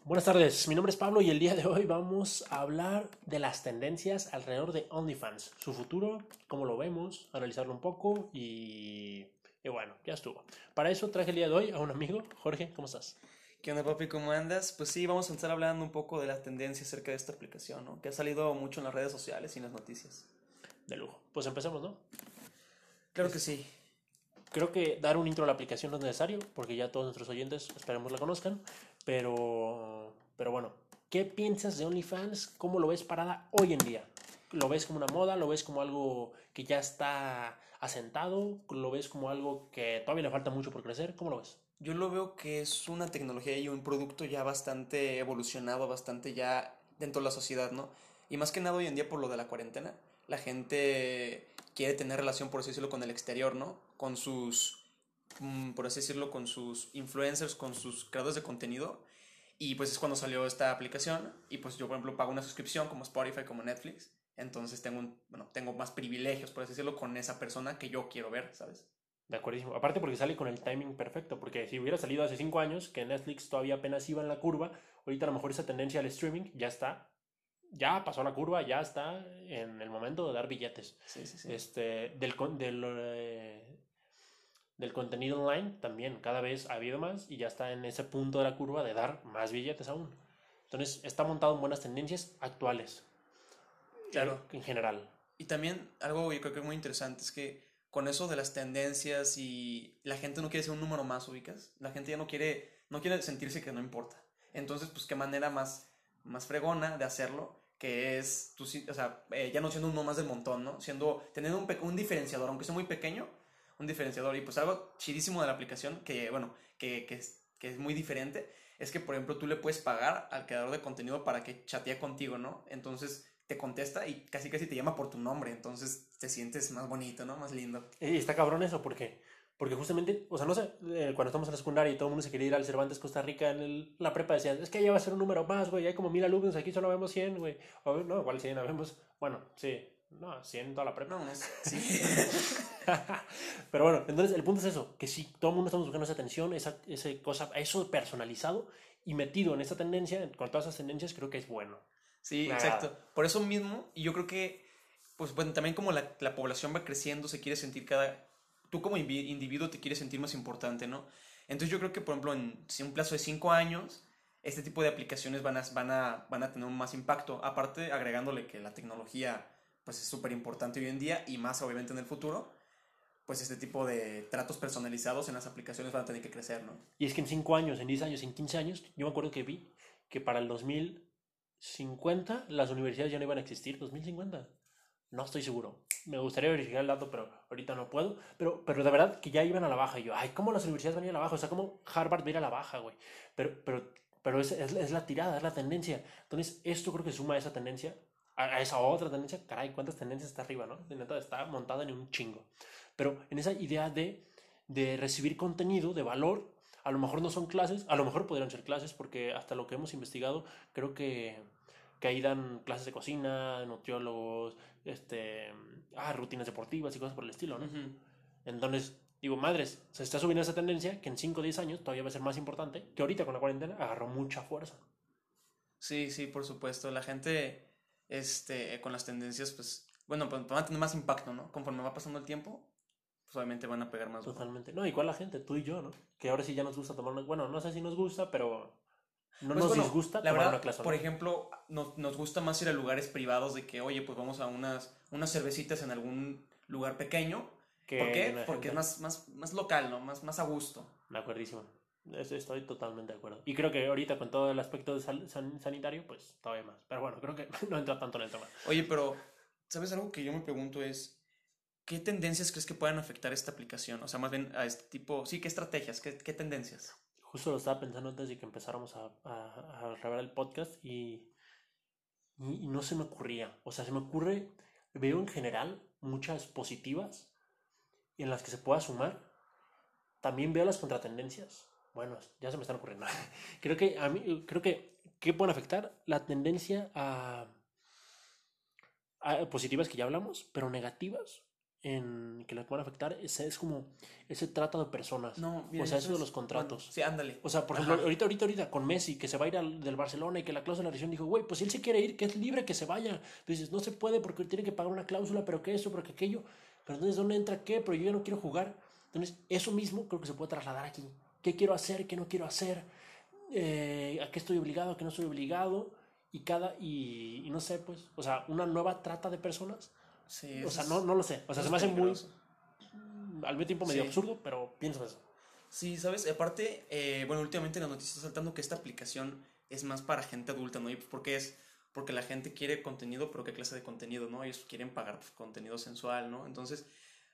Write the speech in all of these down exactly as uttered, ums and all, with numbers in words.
Buenas tardes, mi nombre es Pablo y el día de hoy vamos a hablar de las tendencias alrededor de OnlyFans, su futuro, cómo lo vemos, analizarlo un poco y, y bueno, ya estuvo. Para eso traje el día de hoy a un amigo, Jorge, ¿cómo estás? ¿Qué onda, papi? ¿Cómo andas? Pues sí, vamos a estar hablando un poco de la tendencia acerca de esta aplicación, ¿no? Que ha salido mucho en las redes sociales y en las noticias. De lujo. Pues empecemos, ¿no? Claro que Es- sí. Creo que dar un intro a la aplicación no es necesario porque ya todos nuestros oyentes esperemos la conozcan, pero, pero bueno, ¿qué piensas de OnlyFans? ¿Cómo lo ves parada hoy en día? ¿Lo ves como una moda? ¿Lo ves como algo que ya está asentado? ¿Lo ves como algo que todavía le falta mucho por crecer? ¿Cómo lo ves? Yo lo veo que es una tecnología y un producto ya bastante evolucionado, bastante ya dentro de la sociedad, ¿no? Y más que nada hoy en día por lo de la cuarentena, la gente quiere tener relación, por así decirlo, con el exterior, ¿no? Con sus, mm, por así decirlo, con sus influencers, con sus creadores de contenido. Y pues es cuando salió esta aplicación y pues yo por ejemplo pago una suscripción como Spotify, como Netflix. Entonces tengo un, bueno, tengo más privilegios, por así decirlo, con esa persona que yo quiero ver, ¿sabes? De acuerdísimo. Aparte porque sale con el timing perfecto, porque si hubiera salido hace cinco años, que Netflix todavía apenas iba en la curva, ahorita a lo mejor esa tendencia al streaming ya está, ya pasó la curva, ya está en el momento de dar billetes. Sí, sí, sí. Este, del, con- del, eh, del contenido online también, cada vez ha habido más y ya está en ese punto de la curva de dar más billetes aún. Entonces está montado en buenas tendencias actuales, Claro. eh, en general. Y también algo yo creo que es muy interesante es que con eso de las tendencias y la gente no quiere ser un número más, ubicas. La gente ya no quiere, no quiere sentirse que no importa. Entonces, pues qué manera más, más fregona de hacerlo, que es, tú, sí- o sea, eh, ya no siendo uno más del montón, ¿no? Siendo, teniendo un, pe- un diferenciador, aunque sea muy pequeño, un diferenciador. Y pues algo chidísimo de la aplicación, que bueno, que, que es, que es muy diferente, es que, por ejemplo, tú le puedes pagar al creador de contenido para que chatee contigo, ¿no? Entonces te contesta y casi casi te llama por tu nombre, entonces te sientes más bonito, ¿no? Más lindo. Y está cabrón eso, ¿por qué? Porque justamente, o sea, no sé, eh, cuando estamos en la secundaria y todo el mundo se quería ir al Cervantes Costa Rica en el- la prepa, decían, es que ya va a ser un número más, güey, hay como mil alumnos, aquí solo vemos cien, güey. O, no, igual cien, vemos, bueno, sí, no, cien toda la prepa. No, unos, sí. Pero bueno, entonces el punto es eso, que si todo el mundo estamos buscando esa atención, esa, esa cosa, eso personalizado y metido en esta tendencia, con todas esas tendencias, creo que es bueno. Sí, Me exacto. agrada. Por eso mismo, y yo creo que, pues bueno, también como la, la población va creciendo, se quiere sentir cada, tú como invi- individuo te quieres sentir más importante, ¿no? Entonces yo creo que, por ejemplo, en si un plazo de cinco años, este tipo de aplicaciones van a, van a, van a tener un más impacto. Aparte, agregándole que la tecnología, pues es súper importante hoy en día y más obviamente en el futuro, pues este tipo de tratos personalizados en las aplicaciones van a tener que crecer, ¿no? Y es que en cinco años, en diez años, en quince años, yo me acuerdo que vi que para el dos mil cincuenta las universidades ya no iban a existir. ¿dos mil cincuenta? No estoy seguro. Me gustaría verificar el dato, pero ahorita no puedo. Pero, pero de verdad que ya iban a la baja. Y yo, ay, ¿cómo las universidades van a ir a la baja? O sea, ¿cómo Harvard va a ir a la baja, güey? Pero, pero, pero es, es, es la tirada, es la tendencia. Entonces, esto creo que suma a esa tendencia, a, a esa otra tendencia. Caray, ¿cuántas tendencias está arriba, no? De neta, está montada en un chingo. Pero en esa idea de, de recibir contenido de valor, a lo mejor no son clases, a lo mejor podrían ser clases, porque hasta lo que hemos investigado, creo que, que ahí dan clases de cocina, nutriólogos, este, ah, rutinas deportivas y cosas por el estilo, ¿no? Ujú. Entonces, digo, madres, se está subiendo esa tendencia que en cinco o diez años todavía va a ser más importante, que ahorita con la cuarentena agarró mucha fuerza. Sí, sí, por supuesto. La gente, este, con las tendencias, pues, bueno, pues van a tener más impacto, ¿no? Conforme va pasando el tiempo, pues obviamente van a pegar más duro. Totalmente. No, igual la gente, tú y yo, ¿no? Que ahora sí ya nos gusta tomar una... Bueno, no sé si nos gusta, pero no Pues nos bueno, disgusta la tomar una verdad, clase por online. ejemplo, nos, nos gusta más ir a lugares privados de que, oye, pues vamos a unas, unas cervecitas en algún lugar pequeño. ¿Por Que llena qué? de Porque es gente. más, más, más local, ¿no? Más, más a gusto. De acuerdísimo. Eso estoy totalmente de acuerdo. Y creo que ahorita con todo el aspecto de sal- san- sanitario, pues todavía más. Pero bueno, creo que no entra tanto en el tema. Oye, pero, ¿sabes algo que yo me pregunto es, ¿qué tendencias crees que puedan afectar esta aplicación? O sea, más bien a este tipo, sí, ¿qué estrategias? ¿Qué, qué tendencias? Justo lo estaba pensando antes de que empezáramos a, a, a grabar el podcast y, y, y no se me ocurría. O sea, se me ocurre, veo en general muchas positivas en las que se pueda sumar. También veo las contratendencias. Bueno, ya se me están ocurriendo. Creo que a mí, creo que, ¿qué pueden afectar? La tendencia a, a positivas que ya hablamos, pero negativas. en que les puedan afectar es, es como ese trato de personas. No, mira, O sea, eso eso de es- los contratos. bueno, sí, ándale. O sea, por Ajá. ejemplo, ahorita, ahorita, ahorita, con Messi, que se va a ir al, del Barcelona y que la cláusula de rescisión dijo, güey, pues si él se quiere ir, que es libre, que se vaya. Entonces, no se puede porque tiene que pagar una cláusula, pero que eso, pero que aquello. Pero entonces, ¿dónde entra qué? Pero yo ya no quiero jugar. Entonces, eso mismo creo que se puede trasladar aquí. ¿Qué quiero hacer? ¿Qué no quiero hacer? Eh, ¿A qué estoy obligado? ¿A qué no estoy obligado? Y cada, y, y no sé, pues, o sea, una nueva trata de personas. Sí, O eso sea, no, es, no lo sé. O sea, eso se es me hace muy, peligroso. al mismo tiempo medio Sí. absurdo, pero pienso eso. Sí, ¿sabes? Aparte, eh, bueno, últimamente en las noticias está saltando que esta aplicación es más para gente adulta, ¿no? ¿Y por qué es? Porque la gente quiere contenido, pero ¿qué clase de contenido, no? Ellos quieren pagar pues, contenido sensual, ¿no? Entonces,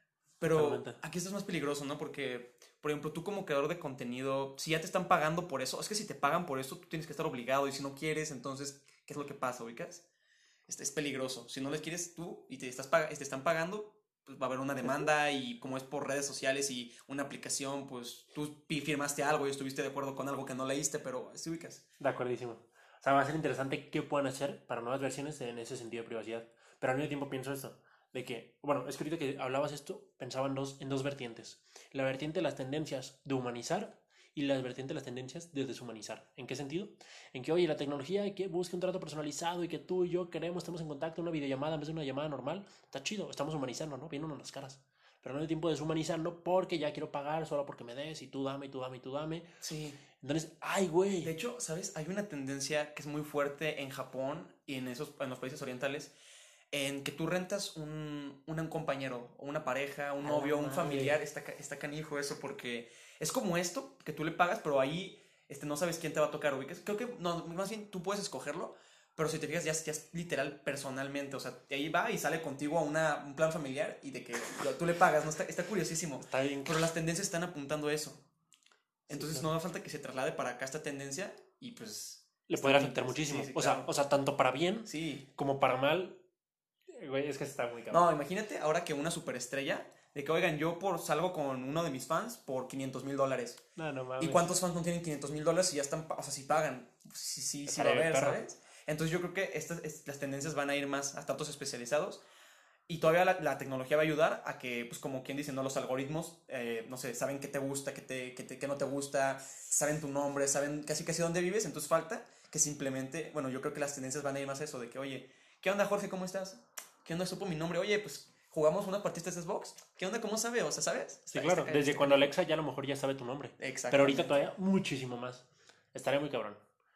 pero Totalmente. aquí esto es más peligroso, ¿no? Porque, por ejemplo, tú como creador de contenido, si ya te están pagando por eso, es que si te pagan por eso, tú tienes que estar obligado y si no quieres, entonces, ¿qué es lo que pasa, ubicas? Este, es peligroso. Si no les quieres tú y te, estás pag- te están pagando, pues va a haber una demanda y como es por redes sociales y una aplicación, pues tú pi- firmaste algo y estuviste de acuerdo con algo que no leíste, pero ¿sí ubicas? De acuerdísimo. O sea, va a ser interesante qué puedan hacer para nuevas versiones en ese sentido de privacidad. Pero al mismo tiempo pienso esto, de que, bueno, es que ahorita que hablabas esto, pensaba en dos, en dos vertientes. La vertiente de las tendencias de humanizar y la vertiente de las tendencias de deshumanizar. ¿En qué sentido? En que, oye, la tecnología y que busque un trato personalizado y que tú y yo queremos, estamos en contacto, una videollamada en vez de una llamada normal, está chido, estamos humanizando, ¿no? Viéndonos las caras. Pero no es tiempo deshumanizando porque ya quiero pagar solo porque me des y tú dame y tú dame y tú dame. Sí. Entonces, ay, De güey. hecho, ¿sabes? Hay una tendencia que es muy fuerte en Japón y en esos, en los países orientales, en que tú rentas un, un compañero, o una pareja, un A la novio, un madre. familiar, está, ca- está canijo eso, porque es como esto, que tú le pagas, pero ahí este, no sabes quién te va a tocar, ubicas. Creo que, no, más bien tú puedes escogerlo, pero si te fijas, ya, es- ya es literal personalmente, o sea, de ahí va y sale contigo a una, un plan familiar y de que lo- tú le pagas, ¿no? Está, está curiosísimo, Está bien. pero las tendencias están apuntando a eso. Sí, Entonces claro. no da falta que se traslade para acá esta tendencia y pues Le está podría muy afectar interesante. Sí, muchísimo. sí, O sea, claro. o sea, tanto para bien Sí. como para mal. Eh, Güey, es que está muy cabrón. No, imagínate ahora que una superestrella, de que, oigan, yo por, salgo con uno de mis fans por quinientos mil dólares. No, no ¿Y mames. cuántos fans no tienen quinientos mil dólares y ya están, pa- o sea, si pagan? Sí, sí, sí va a Estaría bien, haber, perro. ¿sabes? Entonces yo creo que estas, es- las tendencias van a ir más a tantos especializados y todavía la, la tecnología va a ayudar a que, pues como quien dice, ¿no? Los algoritmos, eh, no sé, saben qué te gusta, qué, te, qué, te- qué no te gusta, saben tu nombre, saben casi casi dónde vives, entonces falta que simplemente, bueno, yo creo que las tendencias van a ir más a eso, de que, oye, ¿qué onda Jorge? ¿Cómo estás? ¿Qué onda? Supo mi nombre, oye, pues jugamos una partida de Xbox, ¿qué onda? ¿Cómo sabe? O sea, ¿sabes? Sí, Está, está, claro. ca- Desde está cuando canijo. Alexa ya a lo mejor ya sabe tu nombre. Pero ahorita Exactamente. todavía muchísimo más. Estaría muy cabrón.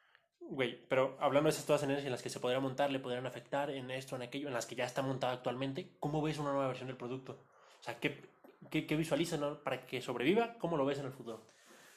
Güey, pero hablando de esas todas tendencias en las que se podría montar, le podrían afectar en esto, en aquello, en las que ya está montada actualmente, ¿cómo ves una nueva versión del producto? O sea, ¿qué, qué, qué visualizas, ¿no? Para que sobreviva? ¿Cómo lo ves en el futuro?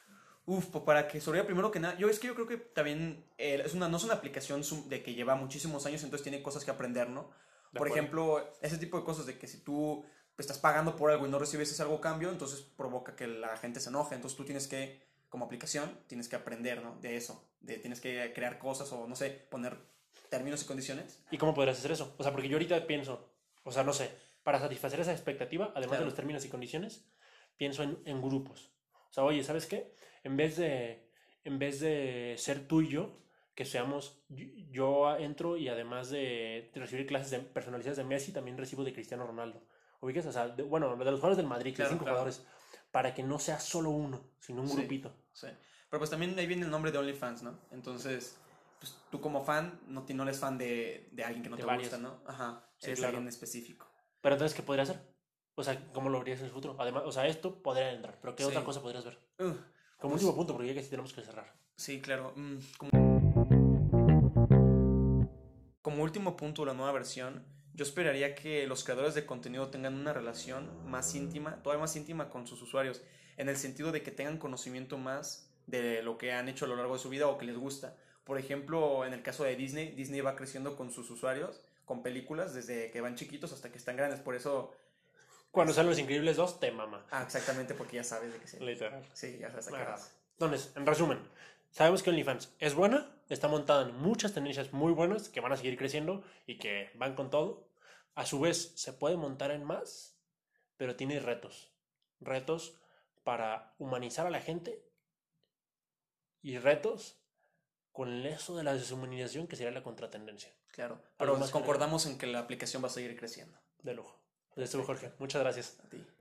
Uf, pues para que sobreviva primero que nada, yo es que yo creo que también eh, es una, no es una aplicación sum- de que lleva muchísimos años, entonces tiene cosas que aprender, ¿no? ¿De Por acuerdo? ejemplo, ese tipo de cosas de que si tú pues, estás pagando por algo y no recibes ese algo a cambio, entonces provoca que la gente se enoje, entonces tú tienes que, como aplicación, tienes que aprender, ¿no? De eso, de tienes que crear cosas o, no sé, poner términos y condiciones. ¿Y cómo podrías hacer eso? O sea, porque yo ahorita pienso, o sea, no sé, para satisfacer esa expectativa, además de Claro, los términos y condiciones, pienso en, en grupos. O sea, oye, ¿sabes qué? En vez de, en vez de ser tú y yo, que seamos, yo, yo entro y además de recibir clases de, personalizadas de Messi, también recibo de Cristiano Ronaldo. ¿Ubicas? O sea, de- bueno, de los jugadores del Madrid, de claro, cinco claro. jugadores, para que no sea solo uno, sino un Sí, grupito. sí. Pero pues también ahí viene el nombre de OnlyFans, ¿no? Entonces, pues tú como fan no, ti- no eres fan de, de alguien que no De te gusta, varios. ¿no? Ajá, Sí, eres alguien claro. específico. Pero entonces, ¿qué podría hacer? O sea, ¿cómo lo verías en el futuro? Además, o sea, esto podría entrar, pero ¿qué otra Sí. cosa podrías ver? Uh, Como último pues punto, porque ya casi tenemos que cerrar. sí, claro. Mm, como, como último punto de la nueva versión, yo esperaría que los creadores de contenido tengan una relación más íntima, todavía más íntima con sus usuarios, en el sentido de que tengan conocimiento más de lo que han hecho a lo largo de su vida o que les gusta. Por ejemplo, en el caso de Disney, Disney va creciendo con sus usuarios, con películas, desde que van chiquitos hasta que están grandes. Por eso, Cuando es, salen Los Increíbles dos, te mama. ah, exactamente, porque ya sabes de qué se. Literal. Sí, ya sabes a qué Ajá. vas. Entonces, en resumen, sabemos que OnlyFans es buena, está montada en muchas tendencias muy buenas que van a seguir creciendo y que van con todo. A su vez, se puede montar en más, pero tiene retos. Retos para humanizar a la gente y retos con eso de la deshumanización que sería la contratendencia. Claro. ¿Algo Pero más que agregar? concordamos en que la aplicación va a seguir creciendo. De lujo. Pues estuvo, Jorge. Muchas gracias. A ti.